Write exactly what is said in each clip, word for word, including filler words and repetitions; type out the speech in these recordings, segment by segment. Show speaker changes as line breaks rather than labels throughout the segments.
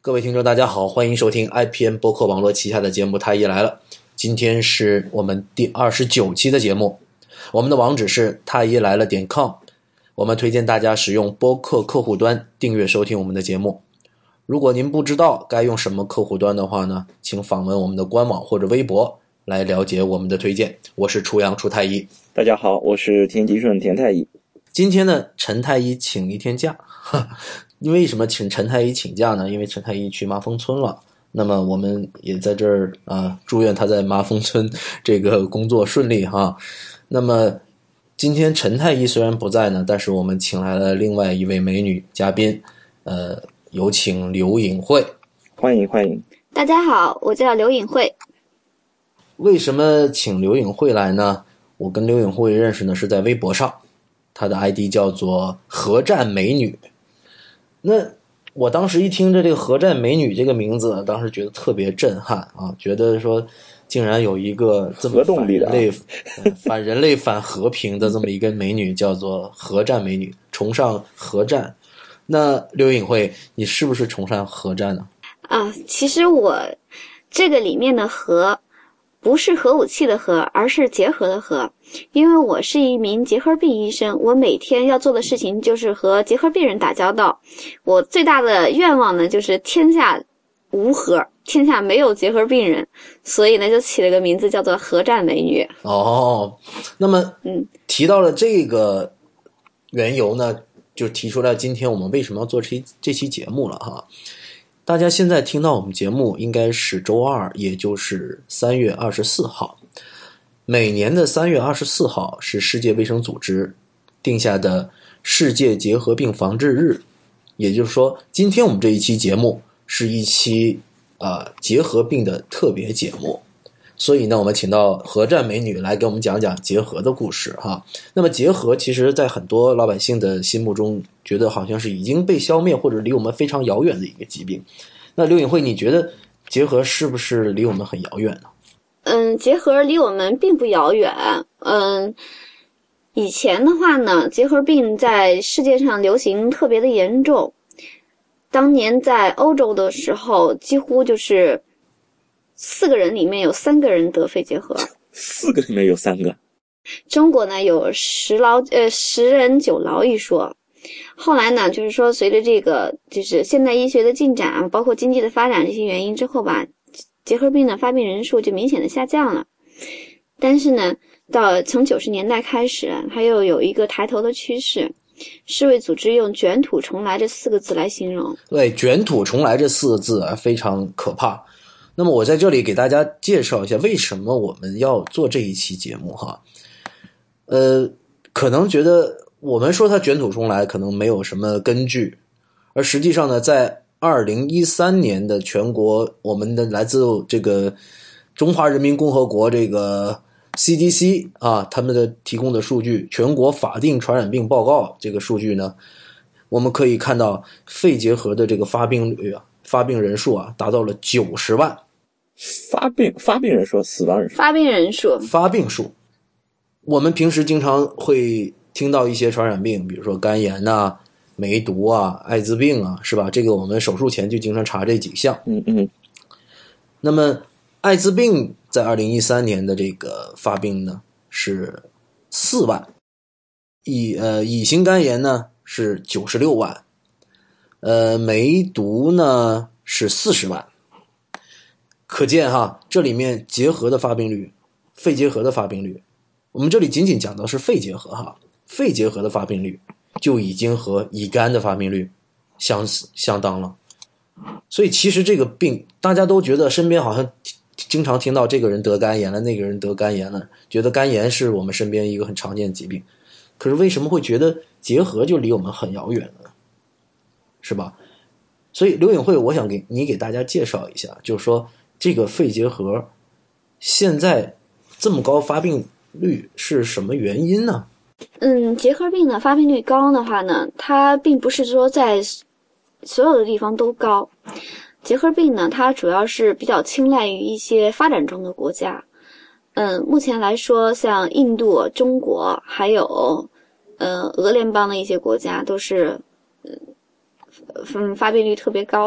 各位听众大家好，欢迎收听 I P N 播客网络旗下的节目太医来了。今天是我们第二十九期的节目，我们的网址是太医来了 .com， 我们推荐大家使用播客客户端订阅收听我们的节目。如果您不知道该用什么客户端的话呢，请访问我们的官网或者微博来了解我们的推荐。我是楚阳楚太医。
大家好，我是田吉顺田太医。
今天呢，陈太医请一天假，因为什么请陈太医请假呢？因为陈太医去麻风村了。那么我们也在这儿啊、呃，祝愿他在麻风村这个工作顺利哈。那么今天陈太医虽然不在呢，但是我们请来了另外一位美女嘉宾，呃，有请刘颖慧。
欢迎欢迎。
大家好，我叫刘颖慧。
为什么请刘颖慧来呢？我跟刘颖慧认识呢是在微博上，她的 I D 叫做核战美女。那我当时一听着这个核战美女这个名字，当时觉得特别震撼啊，觉得说竟然有一个这么反人类、反人类、反和平的这么一个美女叫做核战美女，崇尚核战。那刘颖慧，你是不是崇尚核战呢？
啊，其实我这个里面的核不是核武器的核，而是结核的核。因为我是一名结核病医生，我每天要做的事情就是和结核病人打交道。我最大的愿望呢，就是天下无核，天下没有结核病人，所以呢，就起了个名字叫做核战美女。
哦，那么，
嗯，
提到了这个缘由呢，就提出来今天我们为什么要做这期这期节目了哈。大家现在听到我们节目应该是周二，也就是三月二十四号。每年的三月二十四号是世界卫生组织定下的世界结核病防治日，也就是说，今天我们这一期节目是一期呃结核病的特别节目。所以呢，我们请到核战美女来给我们讲讲结核的故事哈。那么结核其实在很多老百姓的心目中，觉得好像是已经被消灭或者离我们非常遥远的一个疾病。那刘颖慧，你觉得结核是不是离我们很遥远呢？
嗯，结核离我们并不遥远。嗯，以前的话呢，结核病在世界上流行特别的严重。当年在欧洲的时候，几乎就是四个人里面有三个人得肺结核。
四个里面有三个。
中国呢有十劳呃十人九劳一说。后来呢，就是说随着这个就是现代医学的进展，包括经济的发展这些原因之后吧，结核病的发病人数就明显的下降了。但是呢，到从九十年代开始，它又有一个抬头的趋势。世卫组织用卷土重来这四个字来形容。
对，卷土重来这四个字啊，非常可怕。那么我在这里给大家介绍一下为什么我们要做这一期节目哈。呃，可能觉得我们说它卷土重来可能没有什么根据，而实际上呢，在二零一三年的全国我们的来自这个中华人民共和国这个 C D C 啊，他们的提供的数据，全国法定传染病报告这个数据呢，我们可以看到肺结核的这个发病率啊，发病人数啊达到了九十万。
发病发病人数，死亡人数。
发病人数。
发病数。我们平时经常会听到一些传染病，比如说肝炎啊、梅毒啊、艾滋病啊，是吧？这个我们手术前就经常查这几项。
嗯嗯。
那么艾滋病在二零一三年的这个发病呢是四万，乙呃乙型肝炎呢是九十六万，呃梅毒呢是四十万。可见哈，这里面结核的发病率，肺结核的发病率，我们这里仅仅讲到是肺结核哈，肺结核的发病率就已经和乙肝的发病率相相当了。所以其实这个病大家都觉得身边好像经常听到这个人得肝炎了，那个人得肝炎了，觉得肝炎是我们身边一个很常见的疾病。可是为什么会觉得结核就离我们很遥远呢？是吧？所以刘颖慧，我想给你给大家介绍一下，就是说这个肺结核现在这么高发病率是什么原因呢？
嗯，结核病的发病率高的话呢，它并不是说在所有的地方都高。结核病呢，它主要是比较青睐于一些发展中的国家。嗯，目前来说，像印度、中国还有呃俄联邦的一些国家都是嗯发病率特别高的。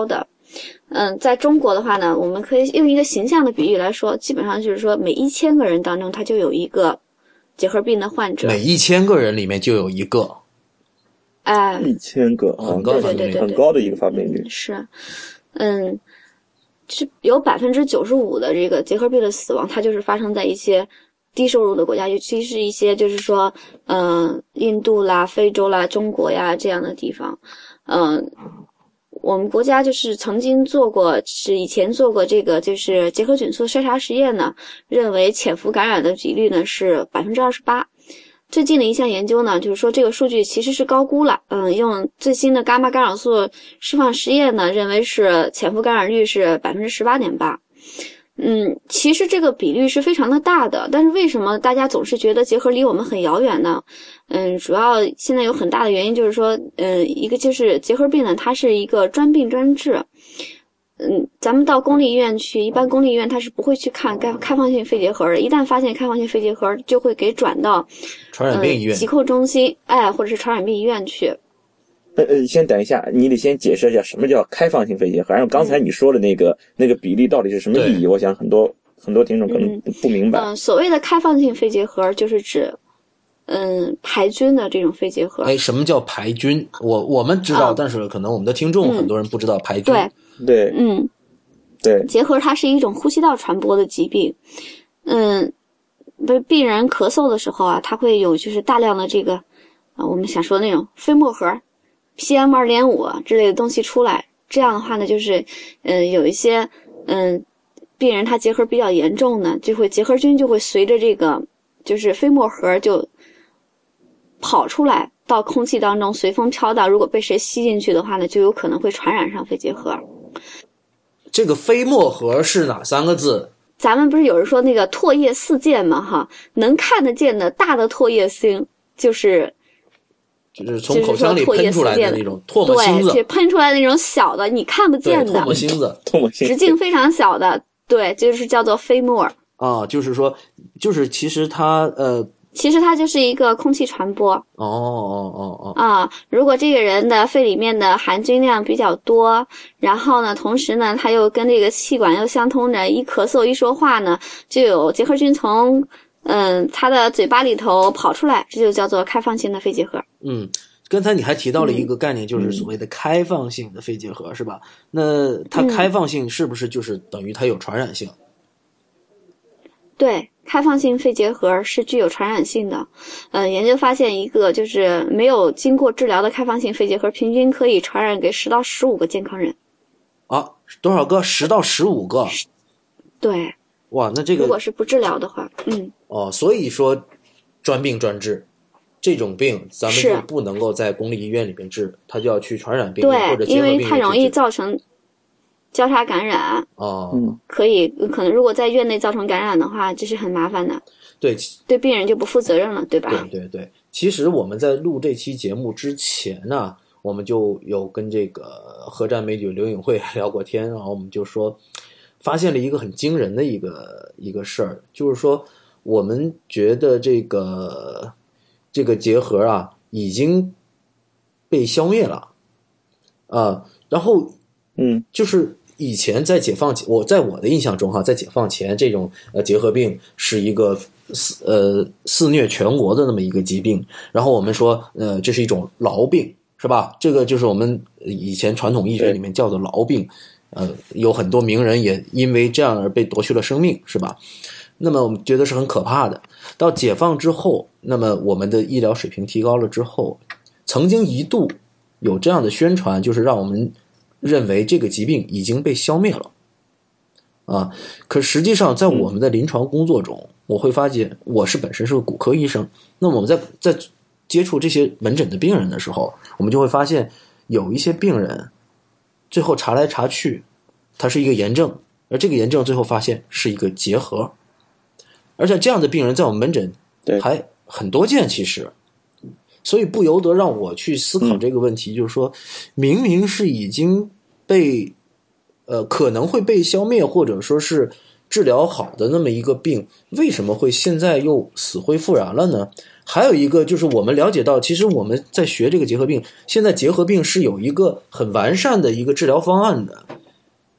嗯，在中国的话呢，我们可以用一个形象的比喻来说，基本上就是说每一千个人当中，他就有一个结核病的患者。
每一千个人里面就有一个。
哎，
一千个，
很高的发病率，
很高的一个发病率。
是，嗯，是有百分之九十五的这个结核病的死亡，它就是发生在一些低收入的国家，尤其是一些就是说，嗯、呃，印度啦、非洲啦、中国呀这样的地方，嗯、呃。我们国家就是曾经做过，是以前做过这个就是结核菌素筛查实验呢，认为潜伏感染的比率呢是百分之二十八。最近的一项研究呢，就是说这个数据其实是高估了。嗯，用最新的伽马干扰素释放实验呢，认为是潜伏感染率是百分之十八点八。嗯，其实这个比率是非常的大的，但是为什么大家总是觉得结核离我们很遥远呢？嗯，主要现在有很大的原因就是说，嗯，一个就是结核病呢，它是一个专病专治。嗯，咱们到公立医院去，一般公立医院它是不会去看开开放性肺结核的，一旦发现开放性肺结核，就会给转到
传染病医院、
嗯、急控中心，哎，或者是传染病医院去。
呃呃，先等一下，你得先解释一下什么叫开放性肺结核。然后刚才你说的那个、嗯、那个比例到底是什么意义？我想很多很多听众可能不,、嗯、不明白。
嗯，所谓的开放性肺结核就是指，嗯，排菌的这种肺结核。
哎，什么叫排菌？我我们知道、哦，但是可能我们的听众很多人不知道排菌。
对
对，
嗯，
对，
结核它是一种呼吸道传播的疾病。嗯，被病人咳嗽的时候啊，它会有就是大量的这个啊，我们想说那种飞沫核。P M 二点五 之类的东西出来，这样的话呢，就是，嗯、呃，有一些，嗯、呃，病人他结核比较严重呢，就会结核菌就会随着这个，就是飞沫核就跑出来到空气当中，随风飘荡。如果被谁吸进去的话呢，就有可能会传染上肺结核。
这个飞沫核是哪三个字？
咱们不是有人说那个唾液四溅吗？哈，能看得见的大的唾液星就是。
就是从口腔里喷出来的那种唾沫星子，
对，喷出来的那种小的你看不见的
唾沫星子，
唾沫星子，
直径非常小的，对，就是叫做飞沫
啊。就是说，就是其实它呃，
其实它就是一个空气传播。
哦哦哦哦
啊，如果这个人的肺里面的含菌量比较多，然后呢，同时呢，他又跟这个气管又相通着，一咳嗽一说话呢，就有结核菌从。嗯，他的嘴巴里头跑出来，这就叫做开放性的肺结核。
嗯，刚才你还提到了一个概念，就是所谓的开放性的肺结核，嗯、是吧？那它开放性是不是就是等于它有传染性？
嗯、对，开放性肺结核是具有传染性的。嗯，研究发现一个就是没有经过治疗的开放性肺结核，平均可以传染给十到十五个健康人。
啊，多少个？十到十五个？
对。
哇，那这个
如果是不治疗的话，嗯，
哦，所以说专病专治，这种病咱们就不能够在公立医院里面治，它就要去传染病院或者结核病院，
因为它容易造成交叉感染。
哦，
嗯，可以，可能如果在院内造成感染的话，这是很麻烦的。
对，
对病人就不负责任了，对吧？
对对对，其实我们在录这期节目之前呢、啊，我们就有跟这个核战美女刘颖慧聊过天，然后我们就说。发现了一个很惊人的一个一个事儿，就是说我们觉得这个这个结核啊已经被消灭了啊，然后
嗯，
就是以前在解放前，我在我的印象中哈，在解放前这种呃结核病是一个肆呃肆虐全国的那么一个疾病，然后我们说呃这是一种痨病，是吧？这个就是我们以前传统医学里面叫做痨病。呃，有很多名人也因为这样而被夺去了生命，是吧？那么我们觉得是很可怕的。到解放之后，那么我们的医疗水平提高了之后，曾经一度有这样的宣传，就是让我们认为这个疾病已经被消灭了。啊，可实际上在我们的临床工作中，我会发现，我是本身是个骨科医生，那么我们在在接触这些门诊的病人的时候，我们就会发现有一些病人。最后查来查去，它是一个炎症，而这个炎症最后发现是一个结核，而且这样的病人在我们门诊还很多见，其实，所以不由得让我去思考这个问题，嗯、就是说，明明是已经被，呃，可能会被消灭或者说是治疗好的那么一个病，为什么会现在又死灰复燃了呢？还有一个就是我们了解到，其实我们在学这个结核病，现在结核病是有一个很完善的一个治疗方案的，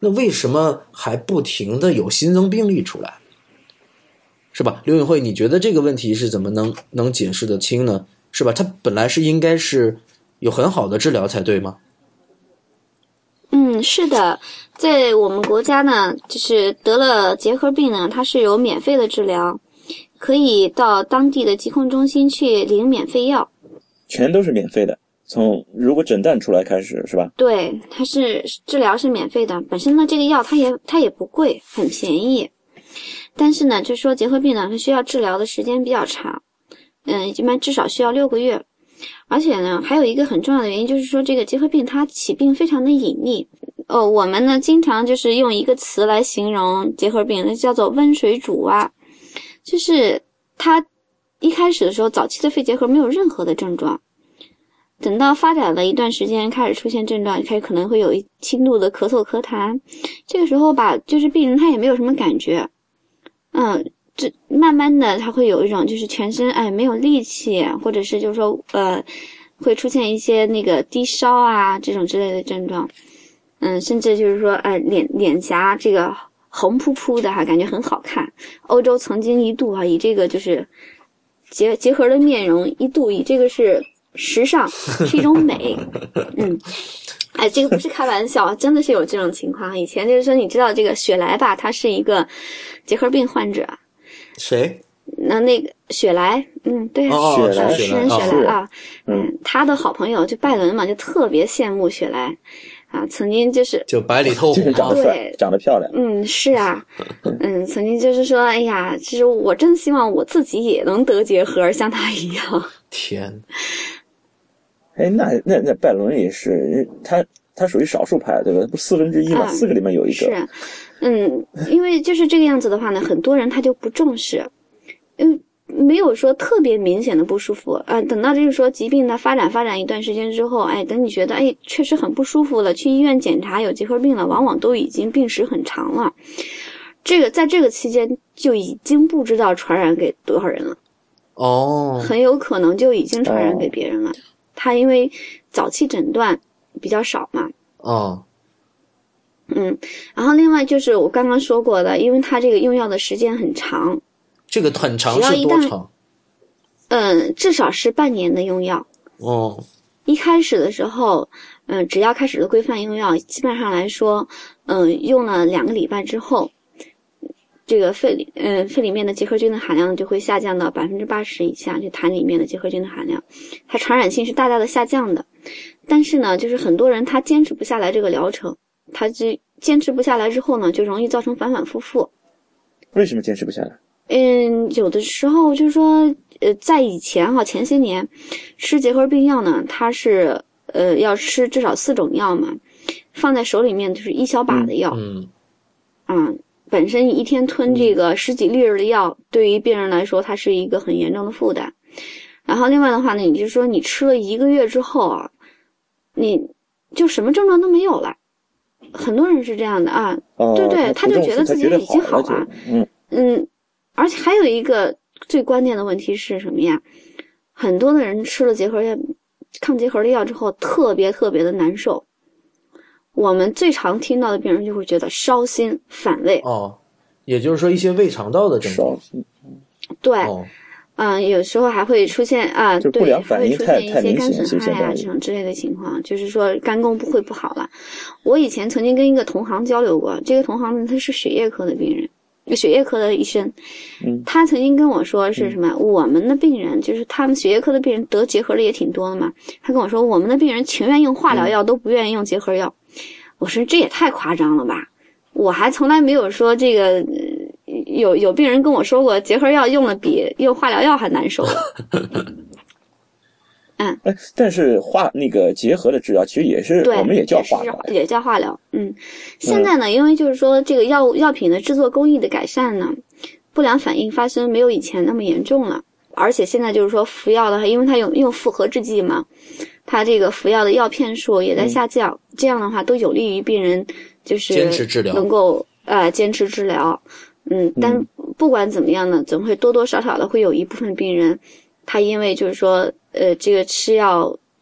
那为什么还不停的有新增病例出来？是吧？刘永慧，你觉得这个问题是怎么能能解释得清呢？是吧？它本来是应该是有很好的治疗才对吗？
嗯，是的，在我们国家呢，就是得了结核病呢，它是有免费的治疗，可以到当地的疾控中心去领免费药，
全都是免费的。从如果诊断出来开始是吧？
对，它是治疗是免费的，本身呢这个药它也它也不贵，很便宜。但是呢，就是说结核病呢，它需要治疗的时间比较长，嗯，一般至少需要六个月。而且呢，还有一个很重要的原因，就是说这个结核病它起病非常的隐匿。哦，我们呢经常就是用一个词来形容结核病，那叫做温水煮蛙。就是它一开始的时候，早期的肺结核没有任何的症状，等到发展了一段时间，开始出现症状，开始可能会有一轻度的咳嗽咳痰。这个时候吧，就是病人他也没有什么感觉，嗯。这慢慢的他会有一种就是全身哎没有力气，或者是就是说呃会出现一些那个低烧啊这种之类的症状，嗯，甚至就是说哎脸脸颊这个红扑扑的哈，感觉很好看。欧洲曾经一度啊以这个就是结结核的面容一度以这个是时尚，是一种美，嗯。哎，这个不是开玩笑，真的是有这种情况。以前就是说，你知道这个雪莱吧，他是一个结核病患者。
谁？
那那个雪莱，嗯，对啊，
哦，
雪莱
诗人雪莱啊，
嗯，
嗯，他的好朋友就拜伦嘛，就特别羡慕雪莱啊，曾经就是
就白里透红，
长得帅，长得漂亮，
嗯，是啊，嗯，曾经就是说，哎呀，其实我真希望我自己也能得结核，像他一样。
天，
哎，那那那拜伦也是他。他属于少数派，对吧？不四分之一嘛，
啊、
四个里面有一个。
是，嗯，因为就是这个样子的话呢，很多人他就不重视，嗯，没有说特别明显的不舒服啊、呃。等到就是说疾病的发展发展一段时间之后，哎，等你觉得哎确实很不舒服了，去医院检查有结核病了，往往都已经病史很长了。这个在这个期间就已经不知道传染给多少人了。
哦，
很有可能就已经传染给别人了。哦、他因为早期诊断比较少嘛。
哦，
嗯，然后另外就是我刚刚说过的，因为它这个用药的时间很长。
这个很长是多长？
嗯，至少是半年的用药。
哦，
一开始的时候，嗯，只要开始的规范用药，基本上来说，嗯，用了两个礼拜之后，这个肺里，嗯，肺里面的结核菌的含量就会下降到百分之八十以下，就痰里面的结核菌的含量，它传染性是大大的下降的。但是呢，就是很多人他坚持不下来这个疗程，他就坚持不下来之后呢，就容易造成反反复复。
为什么坚持不下来？
嗯，有的时候就是说，呃，在以前哈，前些年吃结核病药呢，它是呃要吃至少四种药嘛，放在手里面就是一小把的药，
嗯，
嗯，本身一天吞这个十几粒儿的药，对于病人来说，它是一个很严重的负担。然后另外的话呢，你就说你吃了一个月之后啊，你就什么症状都没有了，很多人是这样的啊，
哦、
对对，他就觉得自己已经好了，
嗯
嗯，而且还有一个最关键的问题是什么呀？很多的人吃了结核药、抗结核的药之后，特别特别的难受。我们最常听到的病人就会觉得烧心、反胃。
哦，也就是说一些胃肠道的症状。
对。
哦
嗯，有时候还会出现啊，
就不良反应太
对，还会出现一些肝损害啊这种之类的情况，就是说肝功不会不好了。我以前曾经跟一个同行交流过，这个同行呢他是血液科的病人，血液科的医生，
嗯，
他曾经跟我说是什么？嗯、我们的病人就是他们血液科的病人得结核的也挺多的嘛，他跟我说我们的病人情愿用化疗药、嗯、都不愿意用结核药。我说这也太夸张了吧！我还从来没有说这个。有有病人跟我说过，结核药用了比用化疗药还难受。嗯，
哎，但是化那个结核的治疗其实也是，我们也叫化疗，
也叫化疗。嗯，现在呢，因为就是说这个药物药品的制作工艺的改善呢，不良反应发生没有以前那么严重了，而且现在就是说服药的话，因为它用用复合制剂嘛，它这个服药的药片数也在下降，嗯、这样的话都有利于病人就是
坚持治疗，
能够呃坚持治疗。嗯，但不管怎么样呢，总会多多少少的会有一部分病人，他因为就是说，呃，这个吃药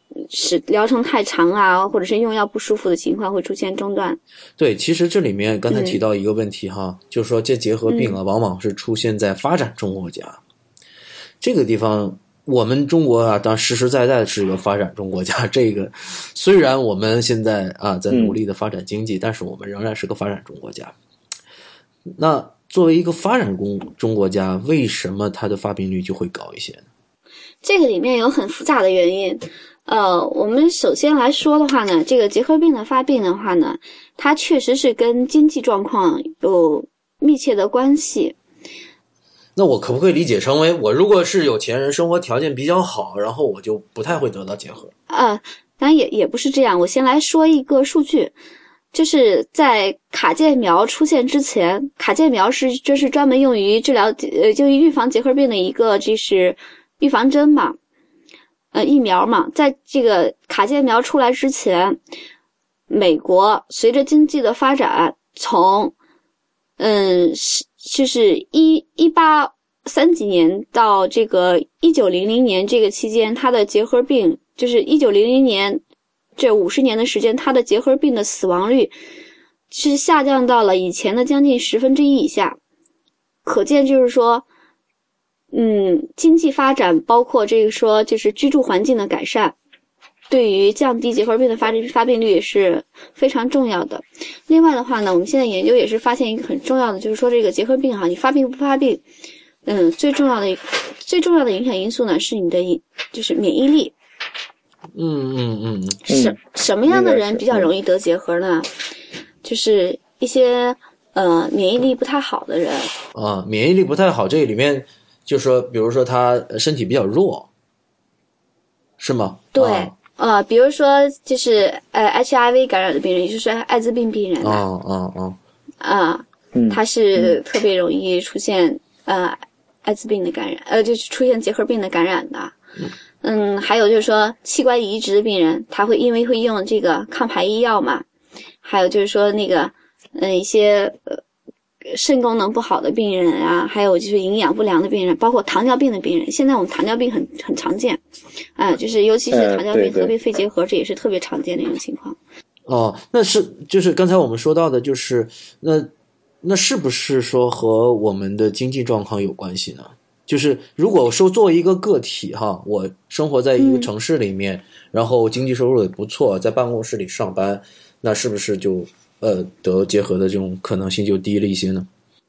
使疗程太长啊，或者是用药不舒服的情况会出现中断。
对，其实这里面刚才提到一个问题哈，嗯、就是说这结核病啊，往往是出现在发展中国家。嗯、这个地方，我们中国啊，当然实实在在是个发展中国家。这个虽然我们现在啊在努力的发展经济，嗯、但是我们仍然是个发展中国家。那作为一个发展中中国家，为什么它的发病率就会高一些呢？
这个里面有很复杂的原因。呃，我们首先来说的话呢，这个结核病的发病的话呢，它确实是跟经济状况有密切的关系。
那我可不可以理解成为，我如果是有钱人，生活条件比较好，然后我就不太会得到结核？
呃，当然也也不是这样。我先来说一个数据。就是在卡介苗出现之前，卡介苗是就是专门用于治疗呃就预防结核病的一个就是预防针嘛，呃疫苗嘛。在这个卡介苗出来之前，美国随着经济的发展，从嗯就是一一八三几年到这个一九零零年这个期间，它的结核病就是一九零零年。这五十年的时间，它的结核病的死亡率是下降到了以前的将近十分之一以下。可见就是说，嗯，经济发展包括这个说就是居住环境的改善，对于降低结核病的发发病率是非常重要的。另外的话呢，我们现在研究也是发现一个很重要的，就是说这个结核病哈，你发病不发病，嗯，最重要的最重要的影响因素呢是你的就是免疫力。
嗯嗯嗯，
什什么样的人比较容易得结核呢？就是一些呃免疫力不太好的人
啊，免疫力不太好，这里面就说，比如说他身体比较弱，是吗？
对，
啊、
呃，比如说就是呃 H I V 感染的病人，也就是艾滋病病人
啊啊啊
啊，他是特别容易出现呃艾滋病的感染，呃，就是出现结核病的感染的。嗯嗯，还有就是说器官移植的病人，他会因为会用这个抗排异药嘛，还有就是说那个嗯一些呃肾功能不好的病人啊，还有就是营养不良的病人，包括糖尿病的病人。现在我们糖尿病很很常见，啊、呃，就是尤其是糖尿病合并肺结核，这也是特别常见的一种情况。
哦，那是就是刚才我们说到的，就是那那是不是说和我们的经济状况有关系呢？就是如果说作为一个个体哈，我生活在一个城市里面，嗯、然后经济收入也不错，在办公室里上班，那是不是就呃得结核的这种可能性就低了一些呢？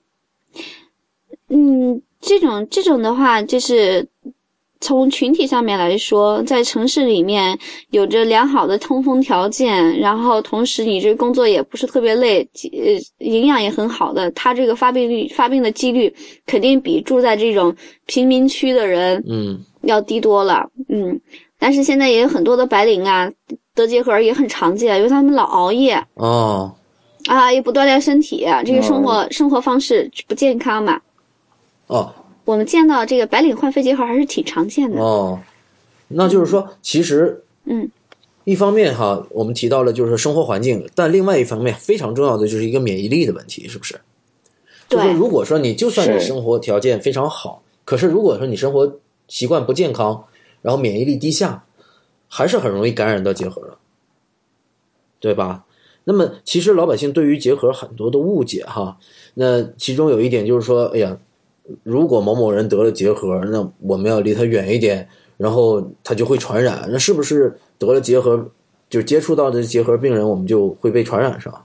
嗯，这种这种的话，就是从群体上面来说，在城市里面有着良好的通风条件，然后同时你这工作也不是特别累，呃，营养也很好的，他这个发病率发病的几率肯定比住在这种贫民区的人嗯要低多了。嗯，但是现在也有很多的白领啊得结核也很常见，因为他们老熬夜
哦
啊，也不锻炼身体，这个生活、哦、生活方式不健康嘛。
哦。
我们见到这个白领患肺结核还是挺常见的
哦，那就是说，其实，
嗯，
一方面哈，我们提到了就是生活环境，但另外一方面非常重要的就是一个免疫力的问题，是不是？
对。
就是如果说你就算是生活条件非常好，可是如果说你生活习惯不健康，然后免疫力低下，还是很容易感染到结核的，对吧？那么其实老百姓对于结核很多的误解哈，那其中有一点就是说，哎呀。如果某某人得了结核，那我们要离他远一点，然后他就会传染。那是不是得了结核，就接触到的结核病人，我们就会被传染上？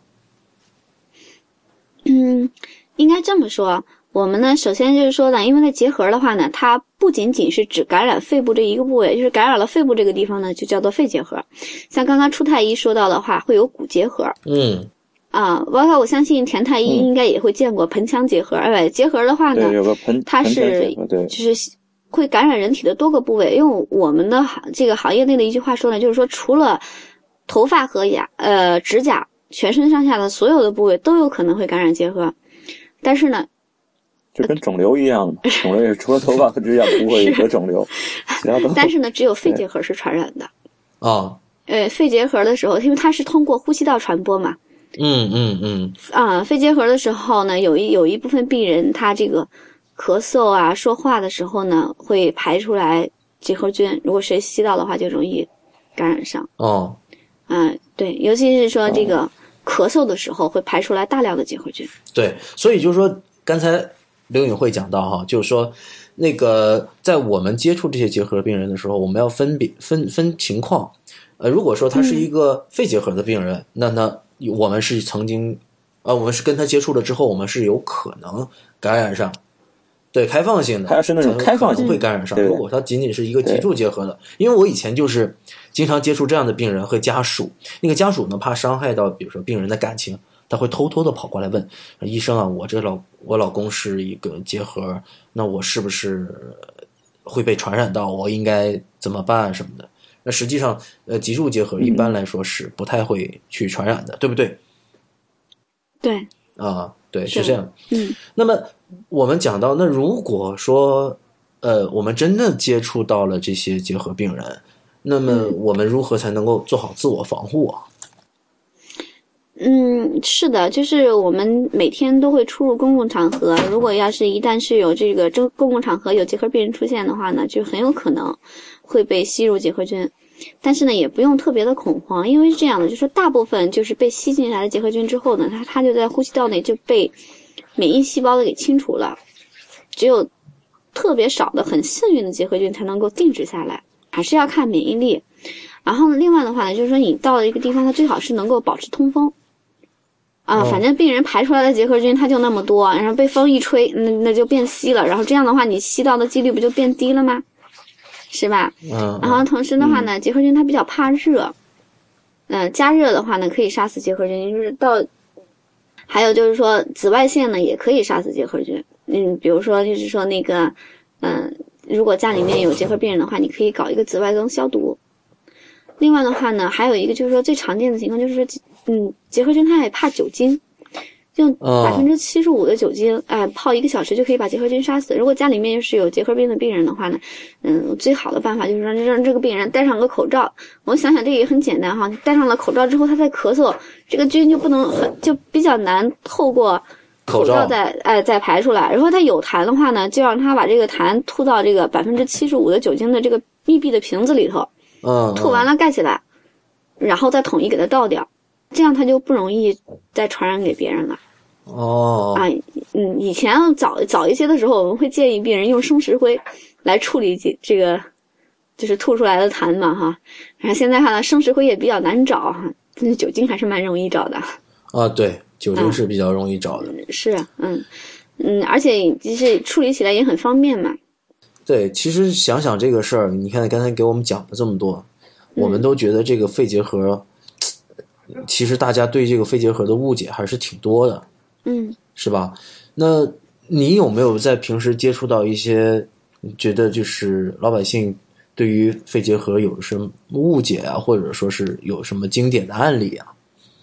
嗯，应该这么说。我们呢，首先就是说呢，因为那结核的话呢，它不仅仅是只感染肺部这一个部位，就是感染了肺部这个地方呢，就叫做肺结核。像刚刚初太医说到的话，会有骨结核。
嗯。
啊，包括我相信田太医应该也会见过盆腔结核。哎、嗯，结核的话呢，
对，有个盆，
它是就是会感染人体的多个部位。因为我们的这个行业内的一句话说呢，就是说除了头发和牙呃指甲，全身上下的所有的部位都有可能会感染结核。但是呢，
就跟肿瘤一样嘛，肿瘤也除了头发和指甲不会得肿瘤，其他都。
但是呢，只有肺结核是传染的。
啊，
呃，肺结核的时候，因为它是通过呼吸道传播嘛。
嗯嗯嗯
啊，肺结核的时候呢，有一有一部分病人他这个咳嗽啊，说话的时候呢会排出来结核菌，如果谁吸到的话就容易感染上。
哦，
嗯、呃，对，尤其是说这个咳嗽的时候会排出来大量的结核菌。
对，所以就是说，刚才刘允慧讲到哈，就是说，那个在我们接触这些结核病人的时候，我们要分别分分情况。呃，如果说他是一个肺结核的病人，嗯、那那我们是曾经，呃，我们是跟他接触了之后，我们是有可能感染上。对，开放性的，
他要是那种开放性
会感染上。
对
如果他仅仅是一个急促结核的，因为我以前就是经常接触这样的病人和家属，那个家属呢怕伤害到比如说病人的感情，他会偷偷的跑过来问医生啊，我这老我老公是一个结核，那我是不是会被传染到？我应该怎么办什么的？那实际上，呃，急促结核一般来说是不太会去传染的，嗯、对不对？
对。
啊，对，是这样。
嗯，
那么我们讲到，那如果说，呃，我们真的接触到了这些结核病人，那么我们如何才能够做好自我防护啊？
嗯，是的，就是我们每天都会出入公共场合，如果要是一旦是有这个公公共场合有结核病人出现的话呢，就很有可能会被吸入结核菌。但是呢，也不用特别的恐慌，因为是这样的，就是大部分就是被吸进来的结核菌之后呢，它它就在呼吸道内就被免疫细胞的给清除了，只有特别少的很幸运的结核菌才能够定植下来，还是要看免疫力。然后呢，另外的话呢，就是说你到了一个地方，它最好是能够保持通风啊、呃，反正病人排出来的结核菌它就那么多，然后被风一吹，那那就变稀了，然后这样的话，你吸到的几率不就变低了吗？是吧？
嗯。
然后同时的话呢，结核菌它比较怕热，嗯、呃，加热的话呢可以杀死结核菌，就是到，还有就是说紫外线呢也可以杀死结核菌。嗯，比如说就是说那个，嗯、呃，如果家里面有结核病人的话，你可以搞一个紫外灯消毒。另外的话呢，还有一个就是说最常见的情况就是说，嗯，结核菌它也怕酒精。用百分之七十五的酒精，哎、呃，泡一个小时就可以把结核菌杀死。如果家里面是有结核病的病人的话呢，嗯，最好的办法就是让让这个病人戴上个口罩。我想想这个也很简单哈，戴上了口罩之后，他再咳嗽，这个菌就不能很就比较难透过口罩再哎再排出来。然后他有痰的话呢，就让他把这个痰吐到这个百分之七十五的酒精的这个密闭的瓶子里头，
嗯，
吐完了盖起来，然后再统一给它倒掉，这样他就不容易再传染给别人了。
哦，
啊，嗯，以前早早一些的时候，我们会建议病人用生石灰来处理这这个，就是吐出来的痰嘛，哈。然后现在看来，生石灰也比较难找哈，但是酒精还是蛮容易找的。
啊，对，酒精是比较容易找的。
嗯、是啊，嗯嗯，而且就是处理起来也很方便嘛。
对，其实想想这个事儿，你看刚才给我们讲了这么多，
嗯、
我们都觉得这个肺结核，其实大家对这个肺结核的误解还是挺多的。
嗯，
是吧？那你有没有在平时接触到一些觉得就是老百姓对于肺结核有什么误解啊，或者说是有什么经典的案例啊？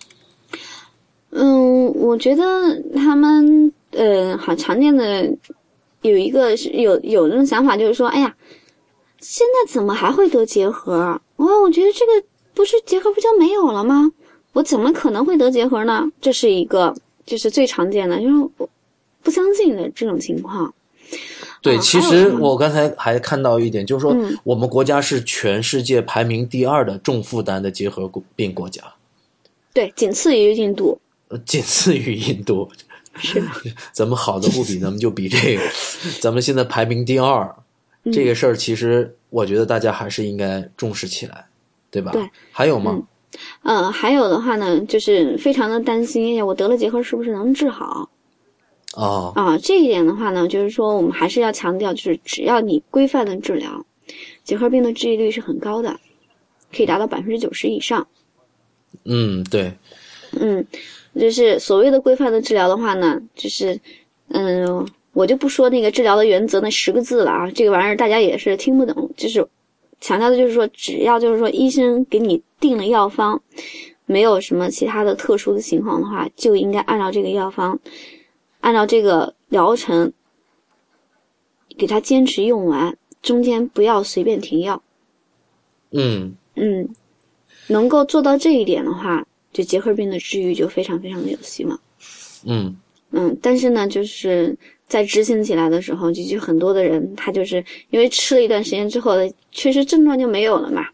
嗯，我觉得他们呃，好常见的有一个是有有那种想法，就是说，哎呀，现在怎么还会得结核？哇，我觉得这个不是结核不就没有了吗？我怎么可能会得结核呢？这是一个。就是最常见的，就是我不相信的这种情况。
对，
啊、
其实我刚才还看到一点，就是说、
嗯、
我们国家是全世界排名第二的重负担的结核病国家。
对，仅次于印度。
呃，仅次于印度。
是的。
咱们好的不比，咱们就比这个。咱们现在排名第二，
嗯、
这个事儿其实我觉得大家还是应该重视起来，对吧？
对。
还有吗？
嗯嗯，还有的话呢，就是非常的担心，哎呀，我得了结核是不是能治好？
哦，
啊，这一点的话呢，就是说我们还是要强调，就是只要你规范的治疗，结核病的治愈率是很高的，可以达到百分之九十以上。
嗯，对。
嗯，就是所谓的规范的治疗的话呢，就是嗯，我就不说那个治疗的原则那十个字了啊，这个玩意儿大家也是听不懂，就是强调的就是说，只要就是说医生给你定了药方，没有什么其他的特殊的情况的话，就应该按照这个药方，按照这个疗程，给他坚持用完，中间不要随便停药。
嗯
嗯，能够做到这一点的话，就结核病的治愈就非常非常的有希望。
嗯
嗯，但是呢，就是在执行起来的时候，就就很多的人他就是因为吃了一段时间之后，确实症状就没有了嘛，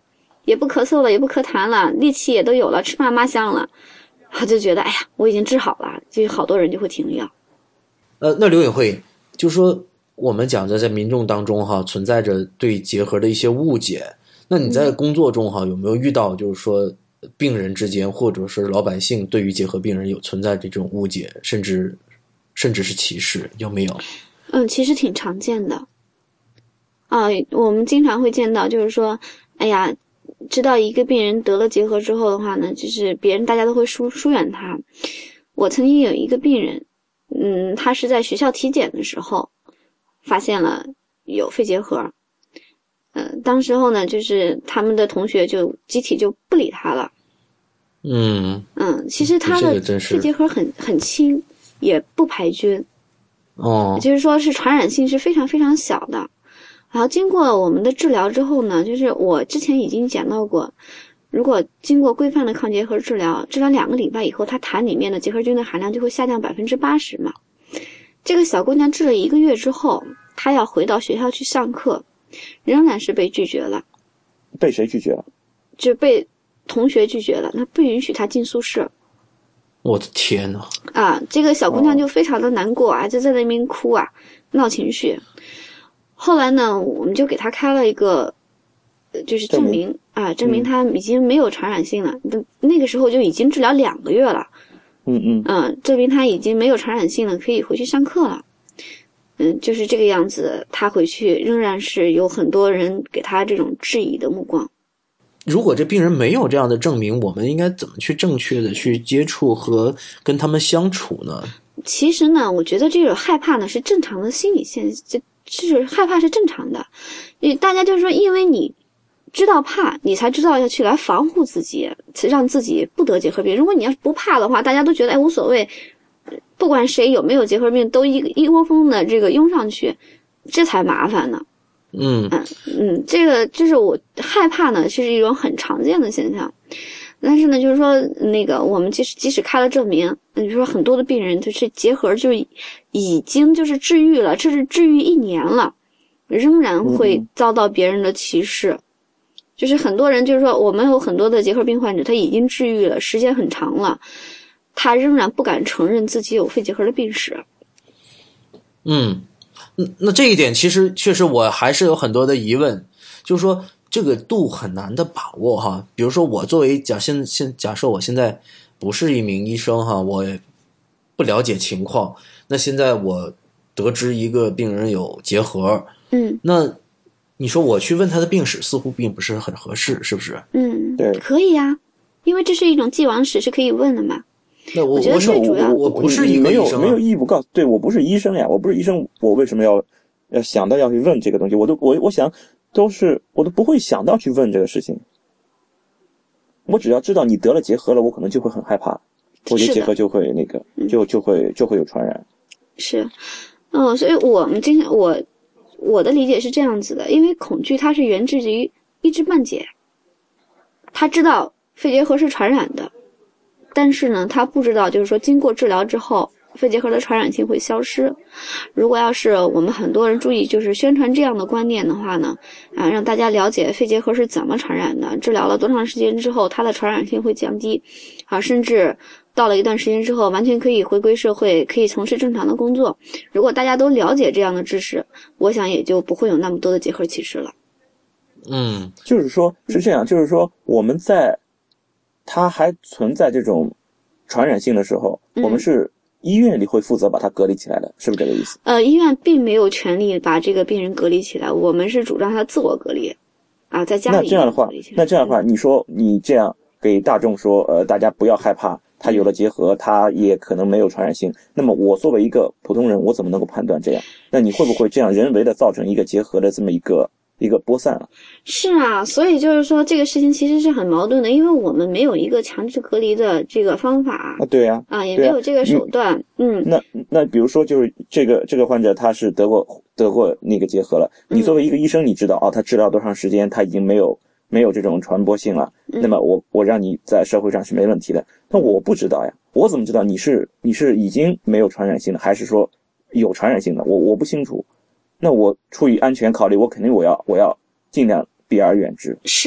也不咳嗽了，也不咳痰了，力气也都有了，吃嘛嘛香了，他就觉得哎呀，我已经治好了，就好多人就会停药。
呃，那刘颖慧就说，我们讲着在民众当中哈存在着对结核的一些误解，那你在工作中哈有没有遇到就是说病人之间或者是老百姓对于结核病人有存在这种误解，甚至甚至是歧视，有没有？
嗯，其实挺常见的啊，我们经常会见到，就是说，哎呀，知道一个病人得了结核之后的话呢，就是别人大家都会疏疏远他。我曾经有一个病人，嗯，他是在学校体检的时候发现了有肺结核，呃，当时候呢，就是他们的同学就集体就不理他了。
嗯
嗯，其实他的肺结核很很轻，也不排菌。
哦，
就是说是传染性是非常非常小的。然后经过我们的治疗之后呢，就是我之前已经讲到过，如果经过规范的抗结核治疗，治疗两个礼拜以后，它痰里面的结核菌的含量就会下降百分之八十嘛。这个小姑娘治了一个月之后，她要回到学校去上课，仍然是被拒绝了。
被谁拒绝了？
就被同学拒绝了，那不允许她进宿舍。
我的天哪！
啊，这个小姑娘就非常的难过啊，就在那边哭啊，闹情绪。后来呢，我们就给她开了一个，就是证明, 证明啊，证明她已经没有传染性了。嗯、那个时候就已经治疗两个月了。
嗯嗯。
嗯，证明她已经没有传染性了，可以回去上课了。嗯，就是这个样子。她回去仍然是有很多人给她这种质疑的目光。
如果这病人没有这样的证明，我们应该怎么去正确的去接触和跟他们相处呢？
其实呢，我觉得这种害怕呢是正常的心理现象，这就是害怕是正常的。大家就是说，因为你知道怕，你才知道要去来防护自己，让自己不得结核病。如果你要是不怕的话，大家都觉得哎无所谓，不管谁有没有结核病，都一一窝蜂的这个拥上去，这才麻烦呢。
嗯
嗯嗯，这个就是我害怕呢，是一种很常见的现象。但是呢，就是说那个我们即使即使开了证明，你说很多的病人就是结核就已经就是治愈了，这是治愈一年了，仍然会遭到别人的歧视。嗯、就是很多人就是说，我们有很多的结核病患者，他已经治愈了，时间很长了，他仍然不敢承认自己有肺结核的病史。
嗯。那这一点其实确实我还是有很多的疑问，就是说这个度很难的把握哈。比如说我作为假现现假设我现在不是一名医生哈，我也不了解情况。那现在我得知一个病人有结核，
嗯，
那你说我去问他的病史似乎并不是很合适，是不是？
嗯，
对，
可以呀、啊，因为这是一种既往史，是可以问的嘛。
那我
我觉得最主要，
我不是一个医生、啊，
没有没有义务告诉，对我不是医生呀，我不是医生，我为什么要要想到要去问这个东西？我都我我想都是我都不会想到去问这个事情。我只要知道你得了结核了，我可能就会很害怕，我觉得结核就会那个就就会就会有传染。
是，嗯，所以我们经常我我的理解是这样子的，因为恐惧它是源自于一知半解，他知道肺结核是传染的。但是呢，他不知道，就是说，经过治疗之后，肺结核的传染性会消失。如果要是我们很多人注意，就是宣传这样的观念的话呢，啊，让大家了解肺结核是怎么传染的，治疗了多长时间之后，它的传染性会降低，啊，甚至到了一段时间之后，完全可以回归社会，可以从事正常的工作。如果大家都了解这样的知识，我想也就不会有那么多的结核歧视了。
嗯，
就是说，是这样，就是说，我们在它还存在这种传染性的时候，
嗯、
我们是医院里会负责把它隔离起来的，是不是这个意思？
呃，医院并没有权利把这个病人隔离起来，我们是主张他自我隔离，啊，在家里。
那这样的话，那这样的话，你说你这样给大众说，呃，大家不要害怕，他有了结核，他也可能没有传染性。那么我作为一个普通人，我怎么能够判断这样？那你会不会这样人为的造成一个结核的这么一个？一个播散了。
是啊，所以就是说这个事情其实是很矛盾的，因为我们没有一个强制隔离的这个方法
啊，对呀、
啊，啊，也没有这个手段，嗯。
那那比如说就是这个这个患者他是得过得过那个结核了，你作为一个医生，你知道哦，他治疗多长时间，他已经没有没有这种传播性了，
嗯、
那么我我让你在社会上是没问题的。那我不知道呀，我怎么知道你是你是已经没有传染性的，还是说有传染性的？我我不清楚。那我出于安全考虑，我肯定我要我要尽量避而远之。
是，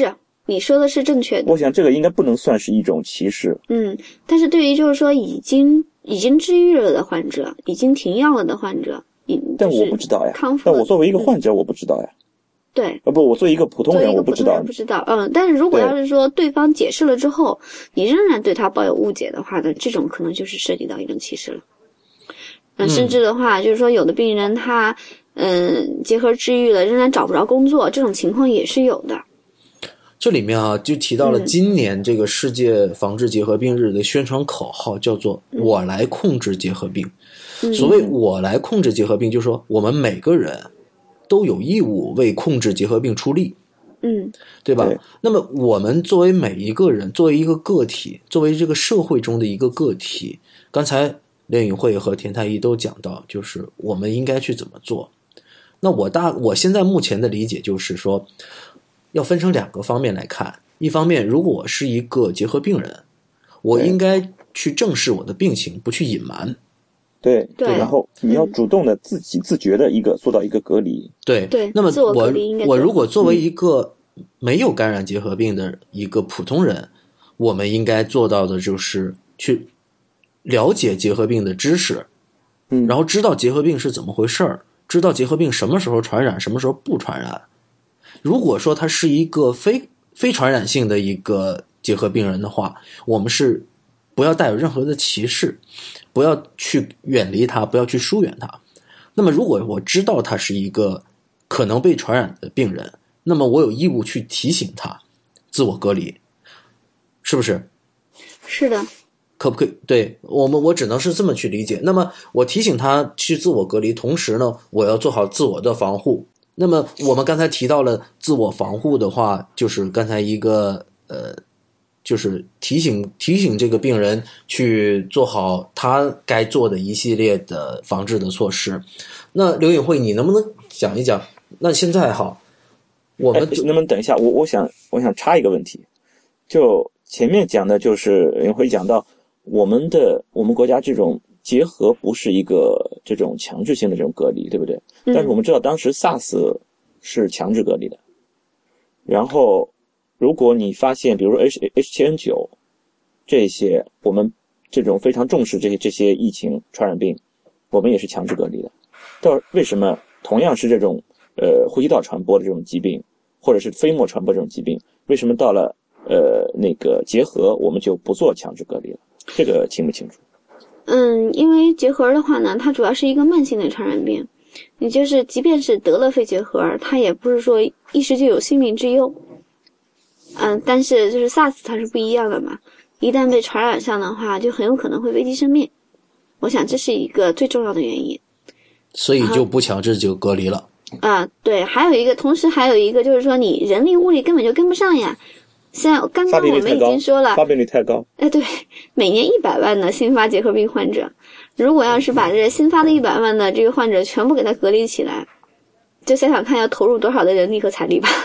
你说的是正确的。
我想这个应该不能算是一种歧视。
嗯，但是对于就是说已经已经治愈了的患者，已经停药了的患者，
但我不知道呀。
康复。
但我作为一个患者，我不知道呀。
对，
啊不，我作为一个普通人，我不知道，
不知道。嗯，但是如果要是说对方解释了之后，你仍然对他抱有误解的话呢，这种可能就是涉及到一种歧视了。嗯，甚至的话，就是说有的病人他嗯结核治愈了，仍然找不着工作，这种情况也是有的。
这里面啊，就提到了今年这个世界防治结核病日的宣传口号，叫做“我来控制结核病”。
嗯、
所谓“我来控制结核病”，就是说我们每个人都有义务为控制结核病出力，
嗯，
对吧？
对。
那么我们作为每一个人，作为一个个体，作为这个社会中的一个个体，刚才连允慧和田太医都讲到，就是我们应该去怎么做。那我大我现在目前的理解就是说，要分成两个方面来看。一方面，如果我是一个结核病人，我应该去正视我的病情，不去隐瞒。
对
对，
然后你要主动的自己自觉的一个做到一个隔离。
对
对，
那么我我如果作为一个没有感染结核病的一个普通人，嗯、我们应该做到的就是去了解结核病的知识，
嗯，
然后知道结核病是怎么回事儿，知道结核病什么时候传染，什么时候不传染。如果说它是一个非非传染性的一个结核病人的话，我们是不要带有任何的歧视，不要去远离他，不要去疏远他。那么如果我知道他是一个可能被传染的病人，那么我有义务去提醒他自我隔离，是不是？
是的。
可不可以？对，我们我只能是这么去理解。那么我提醒他去自我隔离，同时呢，我要做好自我的防护。那么我们刚才提到了自我防护的话，就是刚才一个呃，就是提醒提醒这个病人去做好他该做的一系列的防治的措施。那刘颖慧，你能不能讲一讲？那现在哈，我们、
哎、能不能等一下？我我想我想插一个问题，就前面讲的就是颖慧讲到我们的我们国家这种结核不是一个这种强制性的这种隔离，对不对？但是我们知道当时 SARS 是强制隔离的。然后如果你发现比如说 H 七 N 九 这些，我们这种非常重视这些这些疫情传染病，我们也是强制隔离的。但为什么同样是这种呃呼吸道传播的这种疾病，或者是飞沫传播这种疾病，为什么到了呃那个结核我们就不做强制隔离了？这个清不清楚？
嗯，因为结核的话呢，它主要是一个慢性的传染病，也就是即便是得了肺结核，它也不是说一时就有性命之忧。嗯，但是就是 SARS 它是不一样的嘛，一旦被传染上的话，就很有可能会危及生命。我想这是一个最重要的原因。
所以就不强制就隔离了。
啊，对，还有一个，同时还有一个就是说，你人力物力根本就跟不上呀。像刚刚我们已经说了，
发病率太高。
哎，对，每年一百万的新发结核病患者，如果要是把这新发的一百万的这个患者全部给他隔离起来，就想想看要投入多少的人力和财力吧。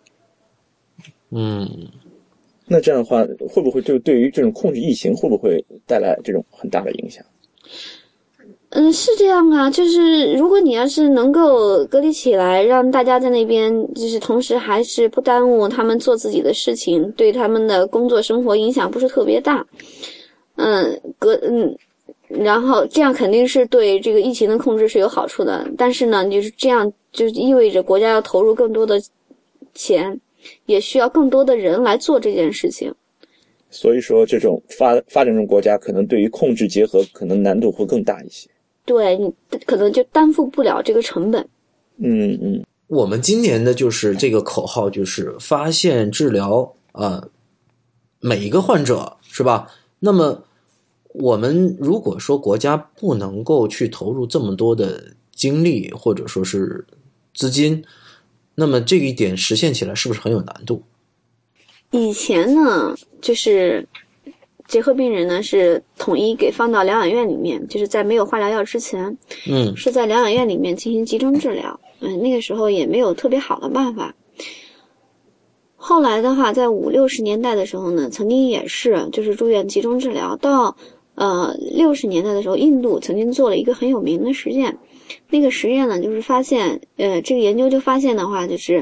嗯，
那这样的话，会不会就对于这种控制疫情，会不会带来这种很大的影响？
嗯，是这样啊，就是如果你要是能够隔离起来，让大家在那边，就是同时还是不耽误他们做自己的事情，对他们的工作生活影响不是特别大。嗯，隔嗯，然后这样肯定是对这个疫情的控制是有好处的。但是呢，就是这样就意味着国家要投入更多的钱，也需要更多的人来做这件事情。
所以说，这种发发展中国家可能对于控制结核可能难度会更大一些。
对，你可能就担负不了这个成本。
嗯嗯，
我们今年的就是这个口号，就是发现治疗啊、呃，每一个患者是吧？那么我们如果说国家不能够去投入这么多的精力或者说是资金，那么这一点实现起来是不是很有难度？
以前呢，就是结核病人呢是统一给放到疗养院里面，就是在没有化疗药之前，
嗯，
是在疗养院里面进行集中治疗。嗯，那个时候也没有特别好的办法。后来的话，在五六十年代的时候呢，曾经也是就是住院集中治疗。到呃六十年代的时候，印度曾经做了一个很有名的实验。那个实验呢，就是发现呃这个研究就发现的话，就是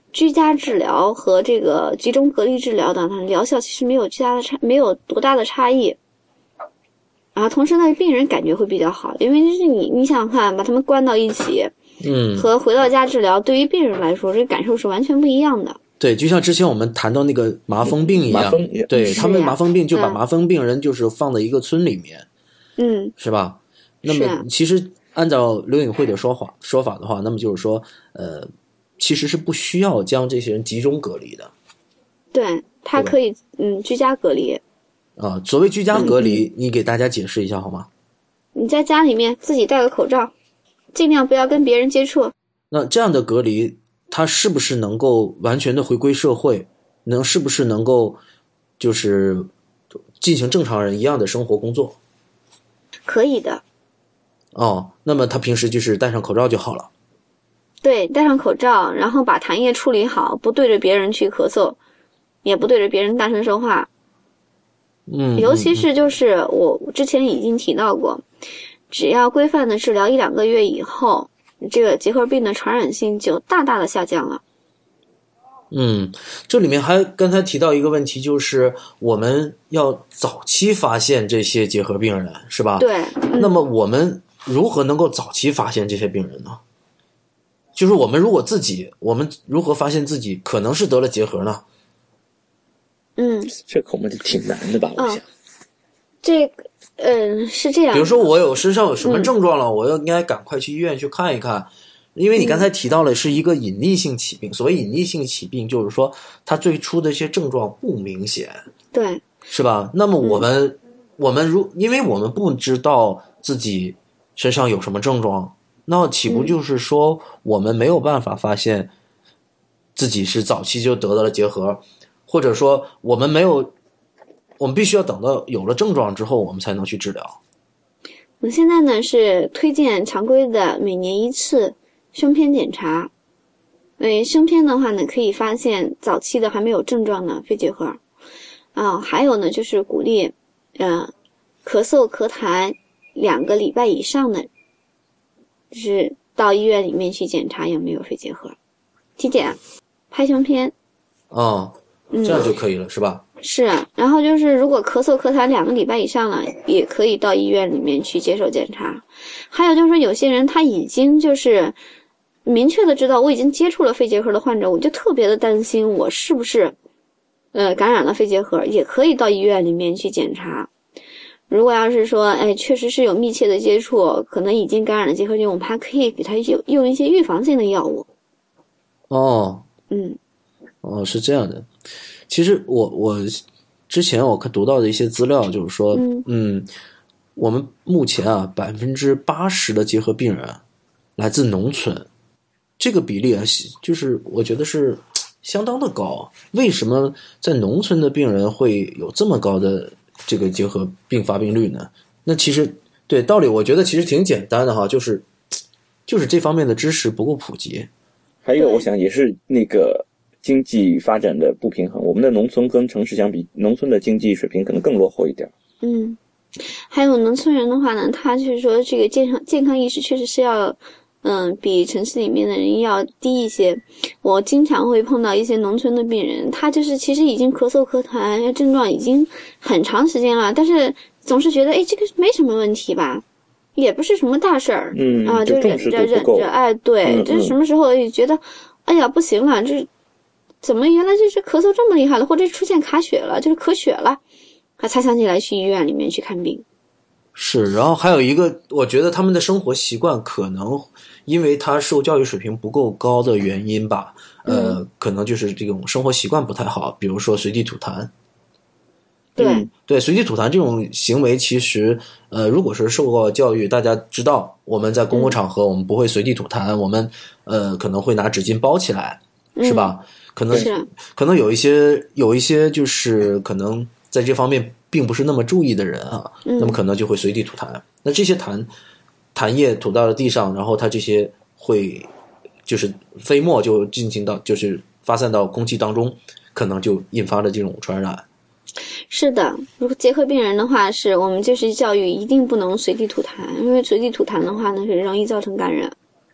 居家治疗和这个集中隔离治疗的疗效其实没有巨大的差，没有多大的差异。啊，同时呢，病人感觉会比较好，因为就是你你想想看，把他们关到一起，
嗯，
和回到家治疗，对于病人来说，这个感受是完全不一样的。
对，就像之前我们谈到那个麻风病一样，
麻风
对他们麻风病就把
嗯
麻风病人就是放在一个村里面，
嗯，
是吧？那么其实按照刘颖慧的说法说法的话，那么就是说，呃，其实是不需要将这些人集中隔离的。
对，他可以嗯居家隔离。
啊，所谓居家隔离，
嗯、
你给大家解释一下好吗？
你在家里面自己戴个口罩，尽量不要跟别人接触。
那这样的隔离，它是不是能够完全的回归社会？能是不是能够就是进行正常人一样的生活工作？
可以的。
哦，那么他平时就是戴上口罩就好了。
对，戴上口罩，然后把痰液处理好，不对着别人去咳嗽，也不对着别人大声说话。
嗯，
尤其是就是我之前已经提到过，只要规范的治疗一两个月以后，这个结核病的传染性就大大的下降了。
嗯，这里面还刚才提到一个问题，就是我们要早期发现这些结核病人，是吧？
对。嗯、
那么我们如何能够早期发现这些病人呢？就是我们如果自己，我们如何发现自己可能是得了结核呢？
嗯，
这恐怕挺难的吧？我想，
哦、这个，嗯，是这样。
比如说，我有身上有什么症状了，嗯、我要应该赶快去医院去看一看，因为你刚才提到了是一个隐匿性起病。嗯、所谓隐匿性起病，就是说它最初的一些症状不明显，
对，
是吧？那么我们，嗯、我们如因为我们不知道自己身上有什么症状，那岂不就是说我们没有办法发现自己是早期就得到了结核？或者说我们没有，我们必须要等到有了症状之后我们才能去治疗。
我们现在呢是推荐常规的每年一次胸片检查。呃，胸片的话呢可以发现早期的还没有症状的肺结核。啊、呃，还有呢就是鼓励呃咳嗽咳痰两个礼拜以上的，就是到医院里面去检查有没有肺结核，体检拍胸片。
哦，这样就可以了，嗯、是吧？
是，然后就是如果咳嗽咳痰两个礼拜以上了，也可以到医院里面去接受检查。还有就是有些人他已经就是明确的知道我已经接触了肺结核的患者，我就特别的担心我是不是呃感染了肺结核，也可以到医院里面去检查。如果要是说哎确实是有密切的接触，可能已经感染了结核菌，我们还可以给他用用一些预防性的药物。
哦，
嗯，
哦，是这样的。其实我我之前我看读到的一些资料，就是说，嗯, 嗯，我们目前啊百分之八十的结核病人来自农村，这个比例啊，就是我觉得是相当的高。为什么在农村的病人会有这么高的这个结核病发病率呢？那其实对道理，我觉得其实挺简单的哈，就是就是这方面的知识不够普及。
还有，我想也是那个。经济发展的不平衡，我们的农村跟城市相比，农村的经济水平可能更落后一点。
嗯，还有农村人的话呢，他就是说这个健康健康意识确实是要，嗯，比城市里面的人要低一些。我经常会碰到一些农村的病人，他就是其实已经咳嗽咳痰症状已经很长时间了，但是总是觉得哎这个没什么问题吧，也不是什么大事儿，
嗯
啊，就忍着忍着，哎，对，
嗯、
就是什么时候也觉得，哎呀不行了，这。怎么原来就是咳嗽这么厉害了，或者出现卡血了，就是咳血了，他才想起来去医院里面去看病。
是，然后还有一个，我觉得他们的生活习惯可能因为他受教育水平不够高的原因吧，呃，
嗯、
可能就是这种生活习惯不太好，比如说随地吐痰。
对、
嗯、对，随地吐痰这种行为，其实呃，如果是受过教育，大家知道我们在公共场合我们不会随地吐痰，嗯、我们呃可能会拿纸巾包起来，是吧？
嗯
可能可能有一些有一些就是可能在这方面并不是那么注意的人啊，
嗯、
那么可能就会随地吐痰。那这些痰痰液吐到了地上，然后它这些会就是飞沫就进行到就是发散到空气当中，可能就引发了这种传染。
是的，如果结核病人的话，是我们就是教育一定不能随地吐痰，因为随地吐痰的话呢是容易造成感染。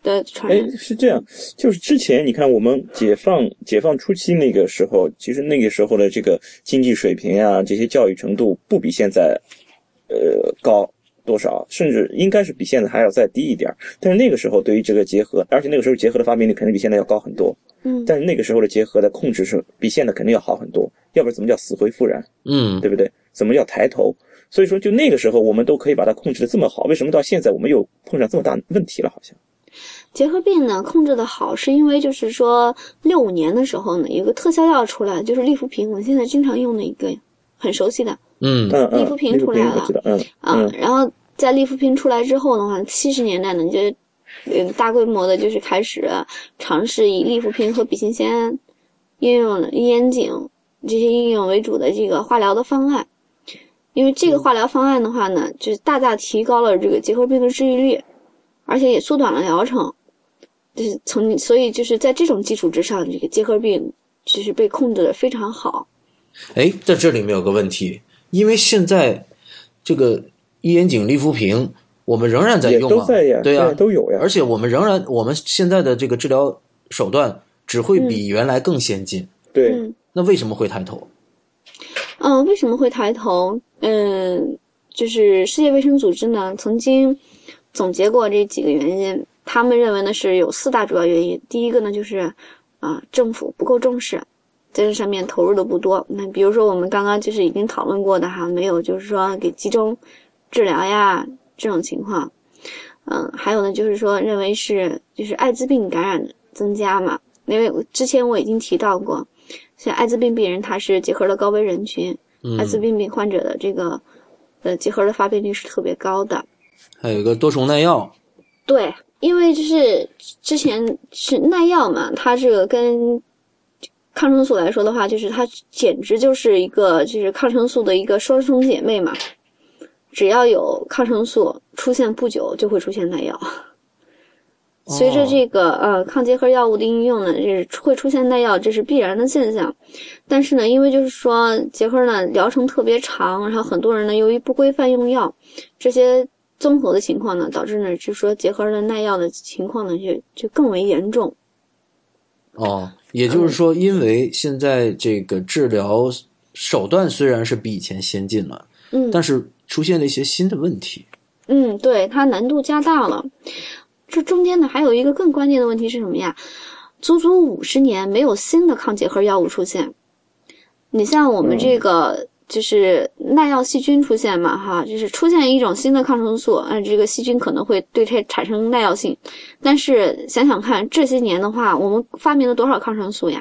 的传
哎，
染。
是这样，就是之前你看我们解放解放初期那个时候，其实那个时候的这个经济水平啊，这些教育程度不比现在呃高多少，甚至应该是比现在还要再低一点。但是那个时候对于这个结核，而且那个时候结核的发病率肯定比现在要高很多。
嗯，
但是那个时候的结核的控制是比现在肯定要好很多，要不然怎么叫死灰复燃？
嗯，
对不对？怎么叫抬头？所以说，就那个时候我们都可以把它控制的这么好，为什么到现在我们又碰上这么大问题了？好像
结核病呢控制的好，是因为就是说六五年的时候呢，有个特效药出来，就是利福平，我们现在经常用的一个很熟悉的，
嗯
嗯嗯，
利福平出来了，
我知道，嗯
啊，
嗯，
然后在利福平出来之后的话，七十年代呢，就嗯大规模的就是开始尝试以利福平和比氰酰胺应用伊眼井这些应用为主的这个化疗的方案。因为这个化疗方案的话呢，就是大大提高了这个结核病的治愈率，而且也缩短了疗程。就是从所以就是在这种基础之上，这个结核病就是被控制的非常好。
哎，在这里面有个问题，因为现在这个伊眼井利福平我们仍然在用啊，
也都在呀，
对呀、
啊，都有呀。
而且我们仍然我们现在的这个治疗手段只会比原来更先进。
对，
嗯
那为什么会抬头？
嗯，为什么会抬头？嗯，就是世界卫生组织呢曾经总结过这几个原因，他们认为呢是有四大主要原因。第一个呢就是啊、呃、政府不够重视，在这上面投入的不多。那比如说我们刚刚就是已经讨论过的哈，没有就是说给集中治疗呀这种情况。嗯，还有呢就是说认为是就是艾滋病感染增加嘛，因为之前我已经提到过。像艾滋病病人，他是结核的高危人群，
嗯，
艾滋病病患者的这个呃结核的发病率是特别高的。
还有一个多重耐药。
对，因为就是之前是耐药嘛，它这个跟抗生素来说的话，就是它简直就是一个就是抗生素的一个双生姐妹嘛。只要有抗生素出现不久，就会出现耐药。随着这个呃抗结核药物的应用呢，就是会出现耐药，这是必然的现象。但是呢，因为就是说结核呢疗程特别长，然后很多人呢由于不规范用药，这些综合的情况呢，导致呢就是说结核的耐药的情况呢就就更为严重。
哦，也就是说，因为现在这个治疗手段虽然是比以前先进了，
嗯，
但是出现了一些新的问题。
嗯，对，它难度加大了。这中间呢还有一个更关键的问题是什么呀？足足五十年没有新的抗结核药物出现。你像我们这个就是耐药细菌出现嘛，哈，就是出现一种新的抗生素，嗯，这个细菌可能会对它产生耐药性。但是想想看，这些年的话，我们发明了多少抗生素呀？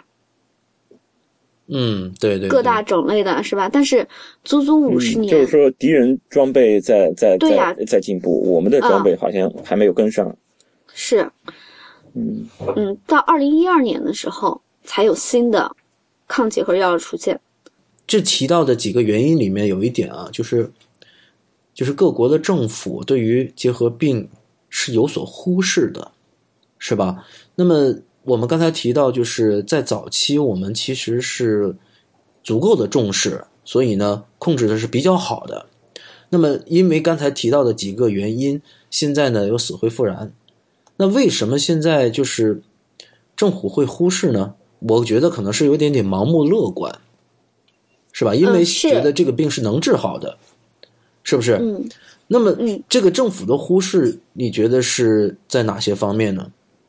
嗯，对 对, 对，
各大种类的是吧？但是足足五十年、
嗯，就是说敌人装备在在
对呀
在在进步，我们的装备好像还没有跟上。
是，
嗯
嗯，到二零一二年的时候才有新的抗结核药出现。
这提到的几个原因里面有一点啊，就是就是各国的政府对于结核病是有所忽视的，是吧？那么我们刚才提到，就是在早期我们其实是足够的重视，所以呢控制的是比较好的。那么因为刚才提到的几个原因，现在呢又死灰复燃。那为什么现在就是政府会忽视呢？我觉得可能是有点点盲目乐观，是吧？因为觉得这个病是能治好的，嗯、是, 是不是？
嗯。
那么，
嗯，
这个政府的忽视，你觉得是在哪些方面呢？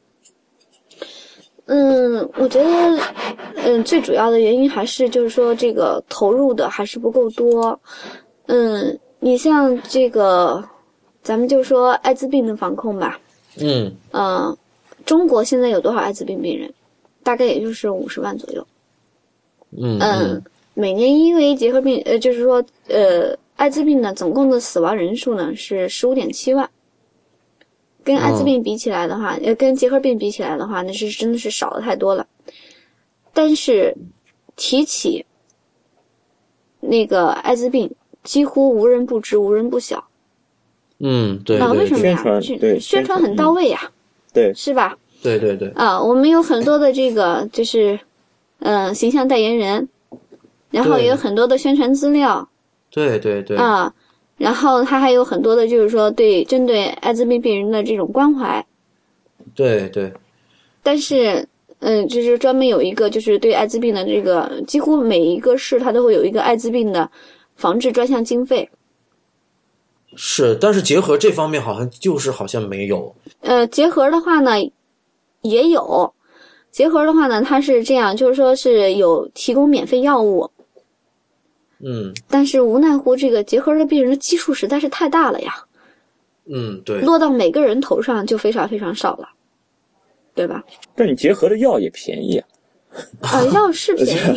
嗯，我觉得，嗯，最主要的原因还是就是说这个投入的还是不够多。嗯，你像这个，咱们就说艾滋病的防控吧。
嗯。
嗯，中国现在有多少艾滋病病人？大概也就是五十万左右。
嗯
嗯，每年因为结核病，呃，就是说，呃，艾滋病呢，总共的死亡人数呢是十五点七万。跟艾滋病比起来的话，呃、哦，跟结核病比起来的话，那是真的是少的太多了。但是提起那个艾滋病，几乎无人不知，无人不晓。
嗯，对，
啊，为什么呀？
宣传对，
宣传很到位呀，
嗯、对，
是吧？
对对对。
啊，我们有很多的这个就是，嗯、呃，形象代言人，然后也有很多的宣传资料。
对对对。
啊。然后他还有很多的，就是说对针对艾滋病病人的这种关怀，
对对。
但是，嗯，就是专门有一个就是对艾滋病的这个，几乎每一个市它都会有一个艾滋病的防治专项经费。
是，但是结合这方面好像就是好像没有。
呃，结合的话呢，也有。结合的话呢，它是这样，就是说是有提供免费药物。
嗯。
但是无奈乎这个结核的病人的基数实在是太大了呀。
嗯，对。
落到每个人头上就非常非常少了。对吧？
但你结合的药也便宜啊。
啊，药是便宜。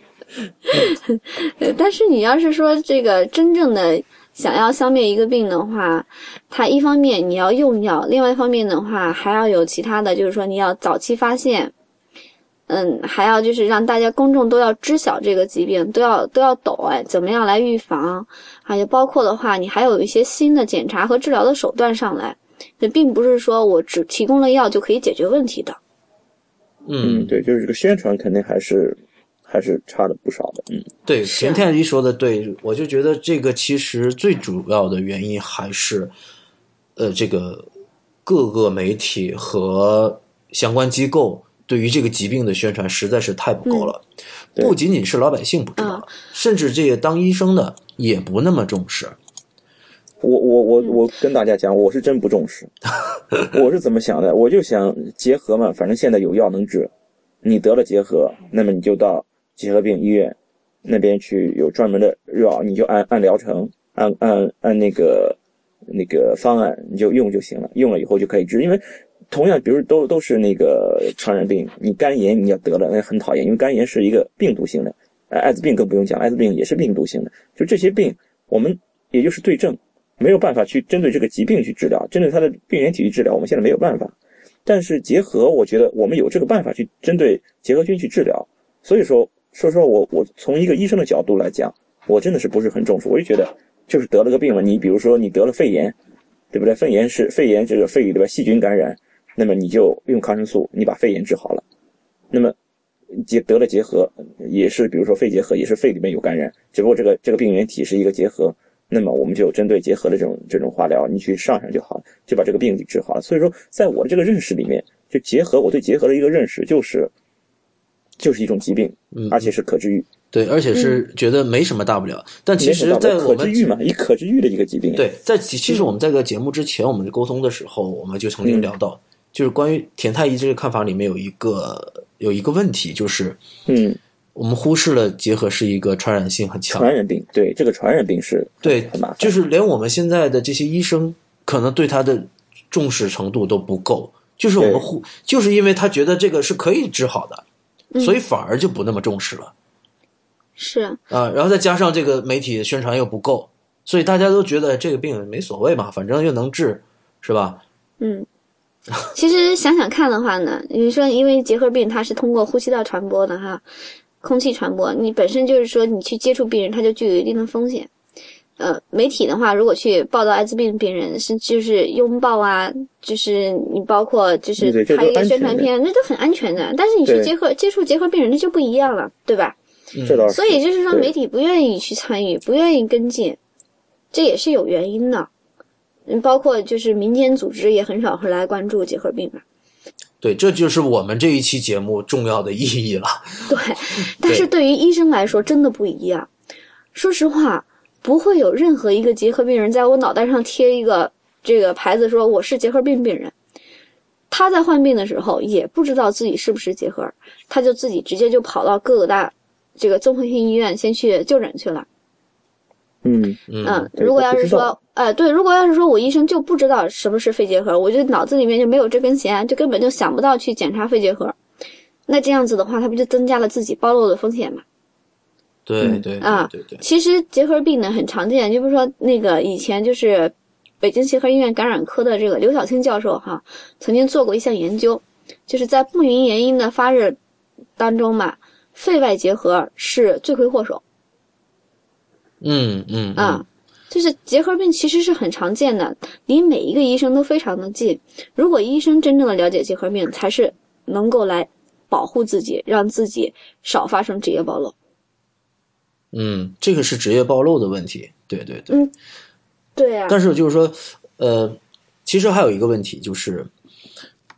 但是你要是说这个真正的想要消灭一个病的话，它一方面你要用药，另外一方面的话还要有其他的，就是说你要早期发现，嗯，还要就是让大家公众都要知晓这个疾病，都要都要懂哎，怎么样来预防，还有包括的话，你还有一些新的检查和治疗的手段上来。这并不是说我只提供了药就可以解决问题的。
嗯，对，就是这个宣传肯定还是还是差了不少的。嗯，
对，田太医说的对，我就觉得这个其实最主要的原因还是，呃，这个各个媒体和相关机构对于这个疾病的宣传实在是太不够了。
嗯、
不仅仅是老百姓不知道，嗯、甚至这些当医生的也不那么重视。
我我我我跟大家讲，我是真不重视。我是怎么想的？我就想结核嘛，反正现在有药能治。你得了结核，那么你就到结核病医院那边去，有专门的药，你就按按疗程，按按按那个那个方案，你就用就行了。用了以后就可以治。因为同样，比如都都是那个传染病，你肝炎你要得了，那很讨厌，因为肝炎是一个病毒性的，艾滋病更不用讲，艾滋病也是病毒性的。就这些病，我们也就是对症。没有办法去针对这个疾病去治疗，针对它的病原体去治疗，我们现在没有办法。但是结核，我觉得我们有这个办法去针对结核菌去治疗。所以说，说实话，我我从一个医生的角度来讲，我真的是不是很重视。我就觉得，就是得了个病了，你比如说你得了肺炎，对不对？肺炎是肺炎，这个肺里边细菌感染，那么你就用抗生素，你把肺炎治好了。那么结得了结核，也是比如说肺结核，也是肺里面有感染，只不过这个这个病原体是一个结核。那么我们就针对结核的这种这种化疗，你去上上就好了，就把这个病给治好了。所以说，在我的这个认识里面，就结核，我对结核的一个认识就是，就是一种疾病，而且是可治愈。
对，而且是觉得没什么大不了。嗯、但其实，在我们
可治愈嘛，以可治愈的一个疾病。
对，在其实我们在这个节目之前，我们沟通的时候，我们就曾经聊到，嗯、就是关于田太医这个看法里面有一个有一个问题，就是嗯。我们忽视了结核是一个传染性很强
传染病，对这个传染病是
对
很麻烦，
就是连我们现在的这些医生可能对他的重视程度都不够，就是我们忽就是因为他觉得这个是可以治好的，嗯、所以反而就不那么重视了。
是
啊，然后再加上这个媒体宣传又不够，所以大家都觉得这个病没所谓嘛，反正又能治，是吧？
嗯。其实想想看的话呢，你说因为结核病它是通过呼吸道传播的哈。空气传播，你本身就是说你去接触病人，它就具有一定的风险。呃，媒体的话，如果去报道艾滋病病人，是就是拥抱啊，就是你包括就是拍一个宣传片，那都很安全的。但是你去结核接触结核病人，那就不一样了，对吧？
嗯，
所以就是说媒体不愿意去参与，不愿意跟进，这也是有原因的。嗯，包括就是民间组织也很少会来关注结核病嘛。
对，这就是我们这一期节目重要的意义了。
对，但是对于医生来说真的不一样。说实话，不会有任何一个结核病人在我脑袋上贴一个这个牌子说我是结核病病人。他在患病的时候也不知道自己是不是结核，他就自己直接就跑到各个大这个综合性医院先去就诊去了。
嗯
嗯，如果要是说，呃，对，如果要是说我医生就不知道什么是肺结核，我就脑子里面就没有这根弦，就根本就想不到去检查肺结核，那这样子的话，他不就增加了自己暴露的风险吗？
对对对
啊，
对对。
其实结核病呢很常见，就比如说那个以前就是北京协和医院感染科的这个刘晓清教授哈，曾经做过一项研究，就是在不明原因的发热当中嘛，肺外结核是罪魁祸首。
嗯嗯
啊，就是结核病其实是很常见的，离每一个医生都非常的近。如果医生真正的了解结核病，才是能够来保护自己，让自己少发生职业暴露。
嗯，这个是职业暴露的问题，对对对。
嗯，对啊。
但是就是说，呃，其实还有一个问题就是，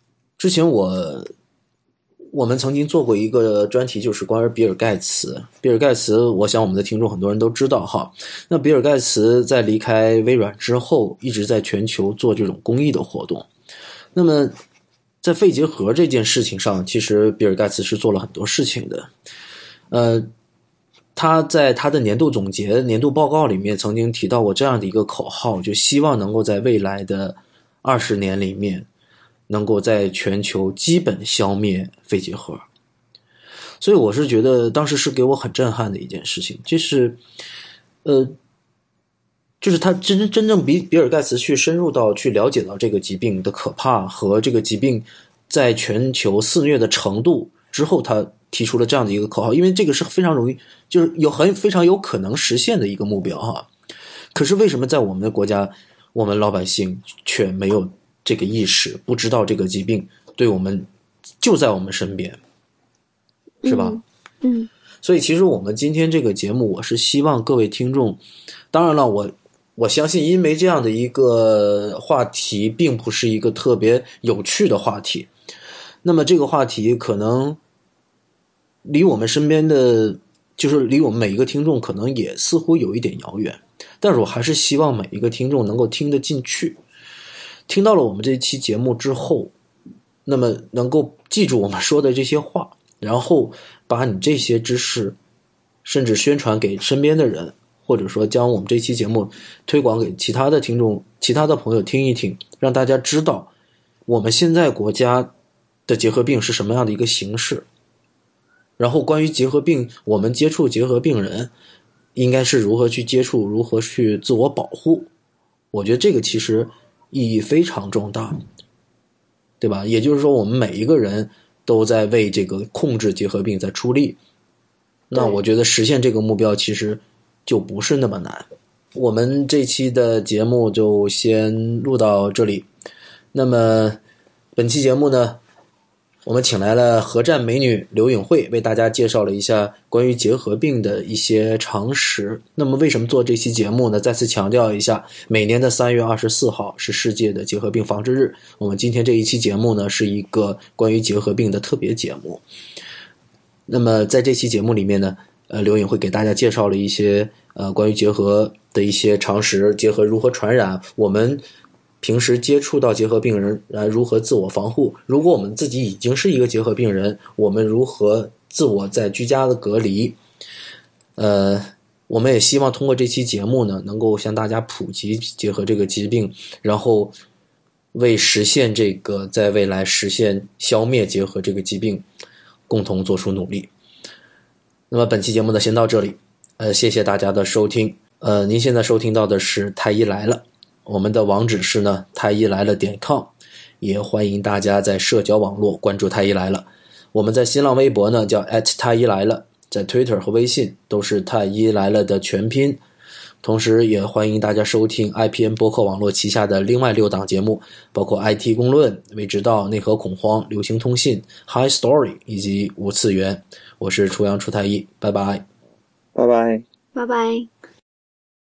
之前我我们曾经做过一个专题，就是关于比尔盖茨。比尔盖茨，我想我们的听众很多人都知道哈。那比尔盖茨在离开微软之后，一直在全球做这种公益的活动。那么在肺结核这件事情上，其实比尔盖茨是做了很多事情的。呃，他在他的年度总结、年度报告里面曾经提到过这样的一个口号，就希望能够在未来的二十年里面，能够在全球基本消灭肺结核。所以我是觉得当时是给我很震撼的一件事情，就是呃就是他真真正比比尔盖茨去深入到去了解到这个疾病的可怕和这个疾病在全球肆虐的程度之后，他提出了这样的一个口号，因为这个是非常容易，就是有很非常有可能实现的一个目标哈。可是为什么在我们的国家，我们老百姓却没有这个意识，不知道这个疾病对我们就在我们身边，是吧？
嗯。嗯，
所以其实我们今天这个节目，我是希望各位听众，当然了，我我相信，因为这样的一个话题并不是一个特别有趣的话题，那么这个话题可能离我们身边的，就是离我们每一个听众可能也似乎有一点遥远，但是我还是希望每一个听众能够听得进去，听到了我们这期节目之后，那么能够记住我们说的这些话，然后把你这些知识甚至宣传给身边的人，或者说将我们这期节目推广给其他的听众、其他的朋友听一听，让大家知道我们现在国家的结核病是什么样的一个形式，然后关于结核病，我们接触结核病人应该是如何去接触，如何去自我保护，我觉得这个其实意义非常重大，对吧？也就是说我们每一个人都在为这个控制结核病在出力，那我觉得实现这个目标其实就不是那么难。我们这期的节目就先录到这里。那么本期节目呢，我们请来了核战美女刘颖慧，为大家介绍了一下关于结核病的一些常识。那么为什么做这期节目呢？再次强调一下，每年的三月二十四号是世界的结核病防治日。我们今天这一期节目呢，是一个关于结核病的特别节目。那么在这期节目里面呢，呃，刘颖会给大家介绍了一些呃关于结核的一些常识，结核如何传染，我们平时接触到结核病人呃如何自我防护，如果我们自己已经是一个结核病人，我们如何自我在居家的隔离。呃我们也希望通过这期节目呢，能够向大家普及结核这个疾病，然后为实现这个在未来实现消灭结核这个疾病共同做出努力。那么本期节目呢先到这里，呃谢谢大家的收听。呃您现在收听到的是太医来了，我们的网址是呢太医来了点 com， 也欢迎大家在社交网络关注太医来了。我们在新浪微博呢叫 at 太医来了，在 Twitter 和微信都是太医来了的全拼。同时也欢迎大家收听 I P N 播客网络旗下的另外六档节目，包括 I T 公论、未知道、内核恐慌、流行通信、High Story 以及无次元。我是初阳初太医，拜拜，
拜拜，
拜拜。